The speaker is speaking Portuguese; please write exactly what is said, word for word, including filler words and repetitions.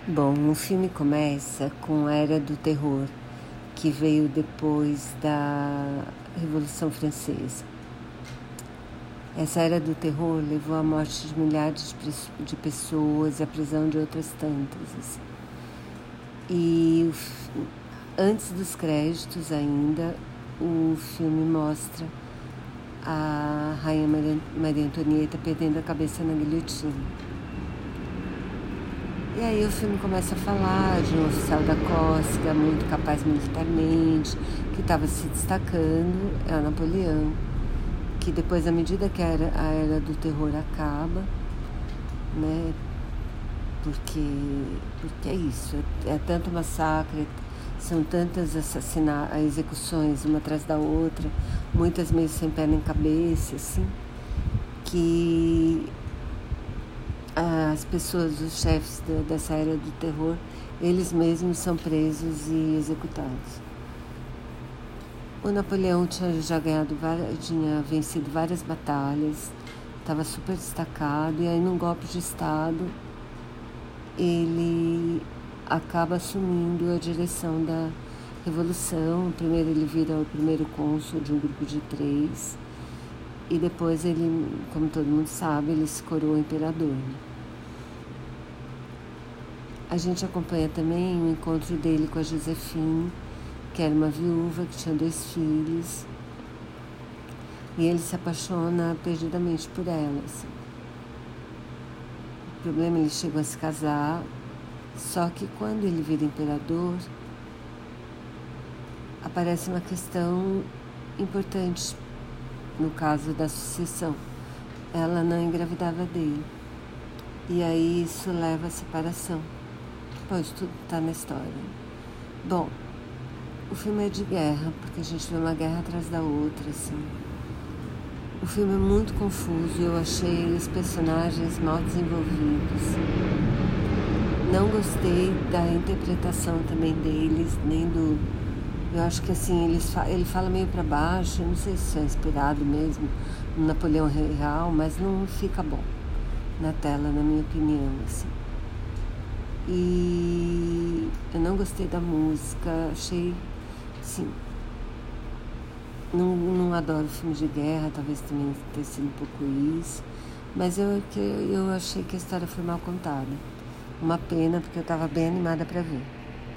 Bom, o filme começa com a Era do Terror, que veio depois da Revolução Francesa. Essa Era do Terror levou à morte de milhares de pessoas e à prisão de outras tantas. Assim. E antes dos créditos ainda, o filme mostra a Rainha Maria Antonieta perdendo a cabeça na guilhotina. E aí o filme começa a falar de um oficial da Córsega, muito capaz militarmente, que estava se destacando, é o Napoleão, que depois, à medida que a era, a era do terror acaba, né, porque, porque é isso, é, é tanto massacre, são tantas assassinatos, execuções uma atrás da outra, muitas meio sem pé nem cabeça, assim, que as pessoas, os chefes dessa era do terror, eles mesmos são presos e executados. O Napoleão tinha já ganhado várias, tinha vencido várias batalhas, estava super destacado, e aí num golpe de Estado ele acaba assumindo a direção da revolução. Primeiro ele vira o primeiro cônsul de um grupo de três, e depois ele, como todo mundo sabe, ele se coroa imperador. A gente acompanha também o encontro dele com a Josefine, que era uma viúva que tinha dois filhos, e ele se apaixona perdidamente por ela. Assim. O problema é que eles chegam a se casar, só que quando ele vira imperador, aparece uma questão importante no caso da sucessão. Ela não engravidava dele, e aí isso leva à separação. Pois tudo está na história. Bom, o filme é de guerra, porque a gente vê uma guerra atrás da outra, assim. O filme é muito confuso, eu achei os personagens mal desenvolvidos. Não gostei da interpretação também deles, nem do... Eu acho que assim, eles fa... ele fala meio para baixo, eu não sei se é inspirado mesmo no Napoleão Real, mas não fica bom na tela, na minha opinião, assim. E eu não gostei da música, achei, assim, não, não adoro filme de guerra, talvez também tenha sido um pouco isso, mas eu, eu achei que a história foi mal contada. Uma pena, porque eu estava bem animada para ver.